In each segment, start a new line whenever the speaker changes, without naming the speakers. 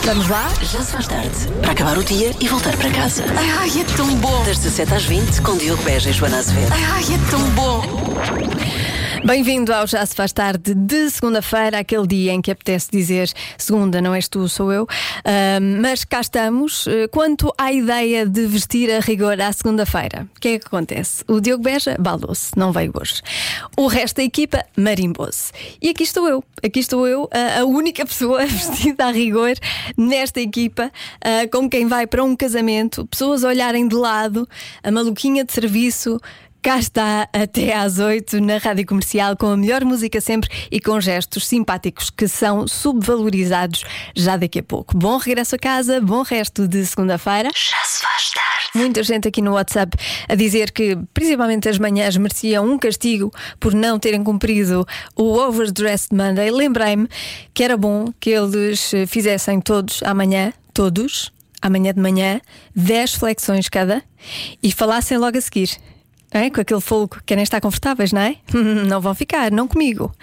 Vamos lá?
Já se faz tarde. Para acabar o dia e voltar para casa.
Ai, é tão bom.
Das 17 às 20, com Diogo Beja e Joana Azevedo.
Ai, é tão bom. Bem-vindo ao Já se faz tarde de segunda-feira, aquele dia em que apetece dizer segunda, não és tu, sou eu. Mas cá estamos. Quanto à ideia de vestir a rigor à segunda-feira, o que é que acontece? O Diogo Beja baldou-se, não veio hoje. O resto da equipa marimbou-se. E aqui estou eu, a única pessoa vestida a rigor nesta equipa, como quem vai para um casamento, pessoas a olharem de lado, a maluquinha de serviço. Cá está até às 8 na Rádio Comercial, com a melhor música sempre e com gestos simpáticos que são subvalorizados já daqui a pouco. Bom regresso a casa, bom resto de segunda-feira.
Já se faz tarde.
Muita gente aqui no WhatsApp a dizer que principalmente as manhãs mereciam um castigo por não terem cumprido o Overdressed Monday. Lembrei-me que era bom que eles fizessem todos amanhã de manhã 10 flexões cada e falassem logo a seguir. É? Com aquele fogo, querem estar confortáveis, não é? Não vão ficar, não comigo.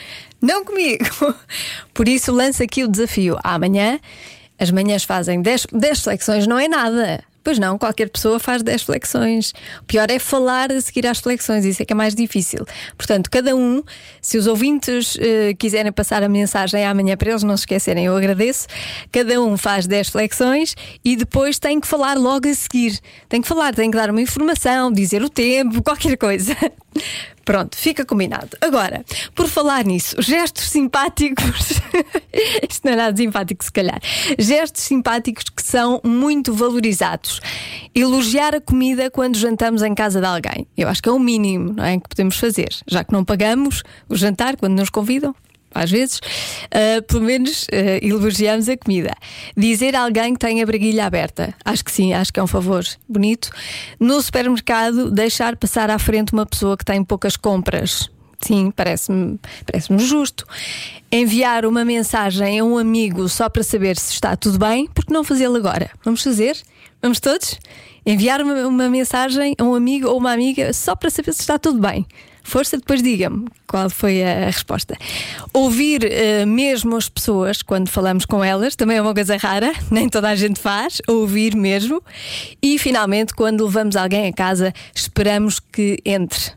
Por isso lanço aqui o desafio. Amanhã as manhãs fazem 10 flexões, não é nada. Pois não, qualquer pessoa faz 10 flexões. O pior é falar a seguir às flexões, isso é que é mais difícil. Portanto, cada um, se os ouvintes quiserem passar a mensagem amanhã para eles não se esquecerem, eu agradeço. Cada um faz 10 flexões e depois tem que falar logo a seguir. Tem que dar uma informação, dizer o tempo, qualquer coisa. Pronto, fica combinado. Agora, por falar nisso, gestos simpáticos. Isto não é nada simpático, se calhar. Gestos simpáticos que são muito valorizados. Elogiar a comida quando jantamos em casa de alguém. Eu acho que é o mínimo, não é, que podemos fazer. Já que não pagamos o jantar quando nos convidam, às vezes, pelo menos elogiamos a comida. Dizer a alguém que tem a braguilha aberta. Acho que sim, acho que é um favor bonito. No supermercado, deixar passar à frente uma pessoa que tem poucas compras. Sim, parece-me justo. Enviar uma mensagem a um amigo só para saber se está tudo bem, porque não fazê-lo agora? Vamos fazer? Vamos todos? Enviar uma mensagem a um amigo ou uma amiga só para saber se está tudo bem. Força, depois diga-me qual foi a resposta. Ouvir mesmo as pessoas quando falamos com elas também é uma coisa rara, nem toda a gente faz, ouvir mesmo. E finalmente, quando levamos alguém a casa, esperamos que entre.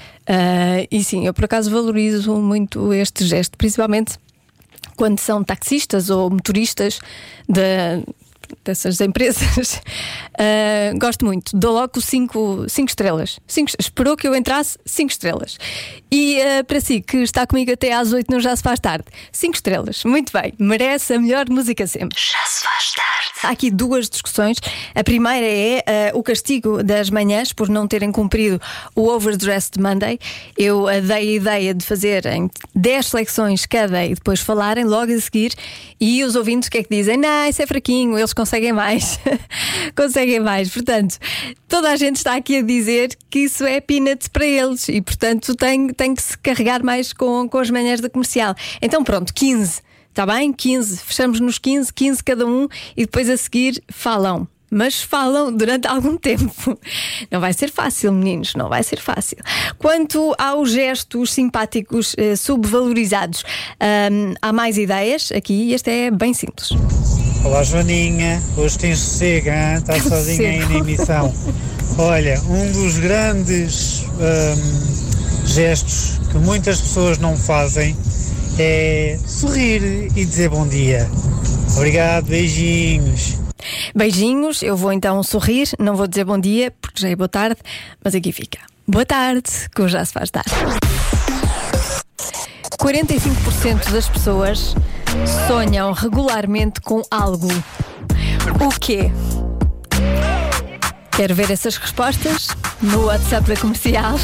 E sim, eu por acaso valorizo muito este gesto, principalmente quando são taxistas ou motoristas dessas empresas. Gosto muito. Dou logo 5 estrelas. Esperou que eu entrasse, 5 estrelas. E para si que está comigo até às 8 não Já se faz tarde, 5 estrelas. Muito bem, merece a melhor música sempre.
Já se faz tarde.
Há aqui duas discussões. A primeira é o castigo das manhãs por não terem cumprido o Overdressed Monday. Eu dei a ideia de fazerem 10 flexões cada e depois falarem logo a seguir. E os ouvintes o que é que dizem? Não, isso é fraquinho, eles conseguem mais. Conseguem mais. Portanto, toda a gente está aqui a dizer que isso é peanuts para eles e, portanto, tem que se carregar mais com as manhãs da Comercial. Então pronto, 15. Está bem? 15. Fechamos nos 15 cada um e depois a seguir falam. Mas falam durante algum tempo. Não vai ser fácil, meninos, não vai ser fácil. Quanto aos gestos simpáticos subvalorizados, há mais ideias aqui e este é bem simples.
Olá Joaninha, hoje tem sossego, hein? Está sozinha aí na emissão. Olha, um dos grandes gestos que muitas pessoas não fazem é sorrir e dizer bom dia. Obrigado, beijinhos.
Beijinhos, eu vou então sorrir, não vou dizer bom dia, porque já é boa tarde, mas aqui fica. Boa tarde, que hoje já se faz tarde. 45% das pessoas sonham regularmente com algo. O quê? Quero ver essas respostas no WhatsApp da Comercial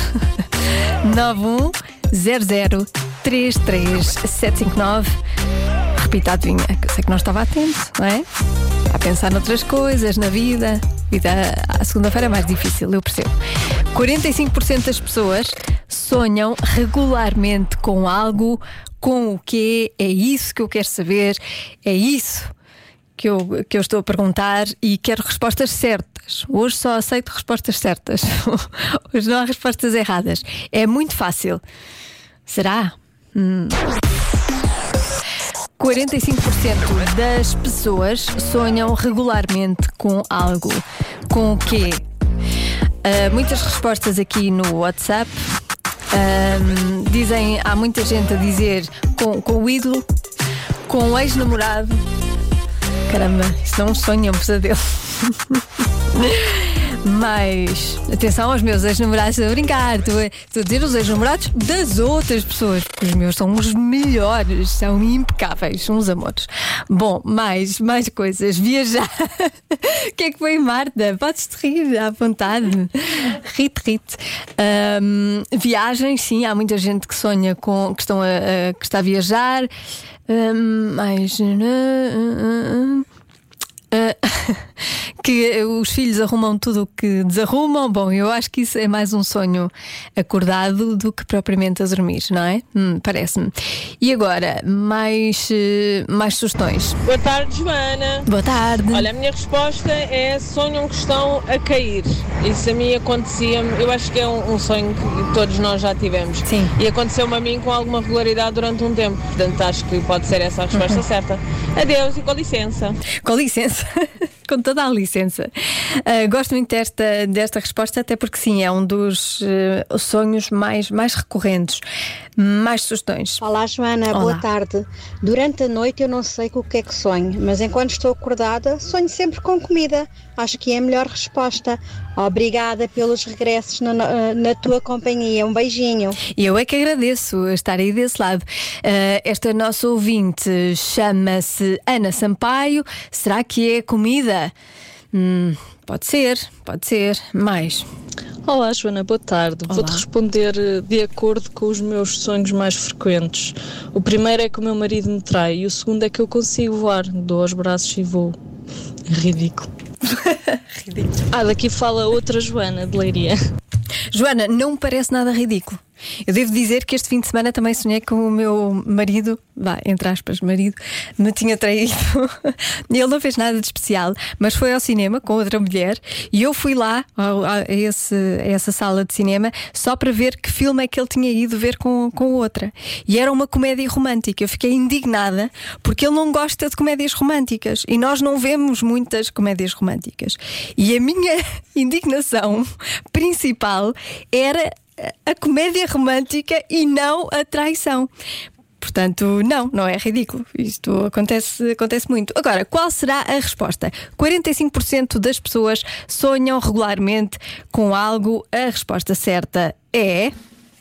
910033759. Repita a adivinha, que eu sei que não estava atento, não é? A pensar noutras coisas, na vida. A segunda-feira é mais difícil, eu percebo. 45% das pessoas sonham regularmente com algo. Com o quê? É isso que eu quero saber. É isso que eu estou a perguntar e quero respostas certas. Hoje só aceito respostas certas. Hoje não há respostas erradas. É muito fácil. Será? 45% das pessoas sonham regularmente com algo. Com o quê? Muitas respostas aqui no WhatsApp. Dizem, há muita gente a dizer com o ídolo, com o ex-namorado. Caramba, isto não é um sonho, é um pesadelo. Mas atenção aos meus ex-namorados, a brincar. Estou a dizer os ex-namorados das outras pessoas, porque os meus são os melhores, são impecáveis, são os amores. Bom, mais coisas. Viajar. O que é que foi, Marta? Podes-te rir à vontade. Rite. Viagens, sim, há muita gente que sonha com que está a viajar. Que os filhos arrumam tudo o que desarrumam. Bom, eu acho que isso é mais um sonho acordado do que propriamente a dormir, não é? Parece-me. E agora, mais sugestões.
Boa tarde, Joana.
Boa tarde.
Olha, a minha resposta é: sonham que estão a cair. Isso a mim acontecia-me. Eu acho que é um sonho que todos nós já tivemos.
Sim.
E aconteceu-me a mim com alguma regularidade durante um tempo. Portanto, acho que pode ser essa a resposta certa. Adeus e com licença.
Com licença. Com toda a licença. Gosto muito desta resposta, até porque sim, é um dos sonhos mais recorrentes. Mais sugestões.
Olá, Joana.
Olá.
Boa tarde. Durante a noite eu não sei com o que é que sonho, mas enquanto estou acordada sonho sempre com comida. Acho que é a melhor resposta. Obrigada pelos regressos na tua companhia. Um beijinho.
E eu é que agradeço estar aí desse lado. Esta nossa ouvinte chama-se Ana Sampaio. Será que é comida? Pode ser. Mais.
Olá, Joana, boa tarde.
Olá.
Vou-te responder de acordo com os meus sonhos mais frequentes. O primeiro é que o meu marido me trai e o segundo é que eu consigo voar. Dou aos braços e voo. É ridículo. Daqui fala outra Joana, de Leiria.
Joana, não me parece nada ridículo. Eu devo dizer que este fim de semana também sonhei com o meu marido, entre aspas, marido, me tinha traído. Ele não fez nada de especial, mas foi ao cinema com outra mulher e eu fui lá a essa sala de cinema só para ver que filme é que ele tinha ido ver com outra. E era uma comédia romântica. Eu fiquei indignada porque ele não gosta de comédias românticas e nós não vemos muitas comédias românticas. E a minha indignação principal era a comédia romântica e não a traição. Portanto, não é ridículo. Isto acontece muito. Agora, qual será a resposta? 45% das pessoas sonham regularmente com algo. A resposta certa é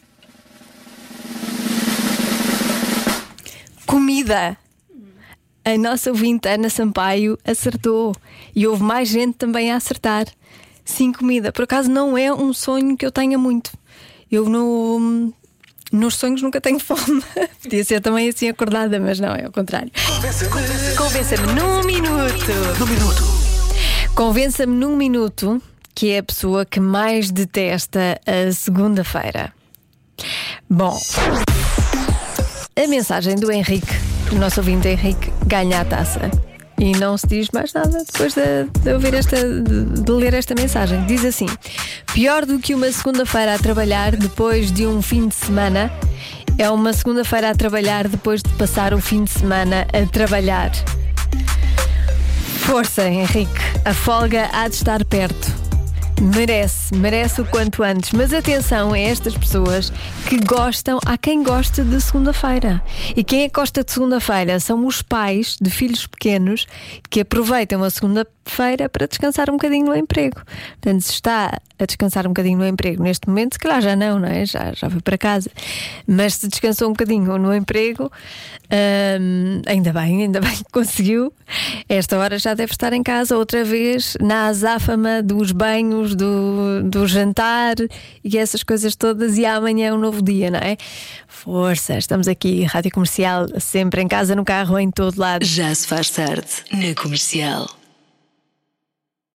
comida. A nossa ouvinte Ana Sampaio acertou. E houve mais gente também a acertar. Sim, comida. Por acaso não é um sonho que eu tenha muito. Eu nos sonhos nunca tenho fome. Podia ser também assim acordada, mas não, é ao contrário. Convença-me num minuto. Convença-me num minuto que é a pessoa que mais detesta a segunda-feira. Bom, a mensagem do Henrique, o nosso ouvinte Henrique, ganha a taça. E não se diz mais nada depois de ler esta mensagem. Diz assim: pior do que uma segunda-feira a trabalhar depois de um fim de semana é uma segunda-feira a trabalhar depois de passar o fim de semana a trabalhar. Força, Henrique, a folga há de estar perto. Merece o quanto antes. Mas atenção a estas pessoas que gostam. Há quem gosta de segunda-feira. E quem é que gosta de segunda-feira? São os pais de filhos pequenos que aproveitam a segunda-feira para descansar um bocadinho no emprego. Portanto, se está a descansar um bocadinho no emprego neste momento, se calhar já não é? Já foi para casa. Mas se descansou um bocadinho no emprego, ainda bem que conseguiu. Esta hora já deve estar em casa outra vez, na azáfama dos banhos, do jantar e essas coisas todas. E amanhã é um novo dia, não é? Força, estamos aqui, Rádio Comercial, sempre em casa, no carro, em todo lado.
Já se faz tarde na Comercial.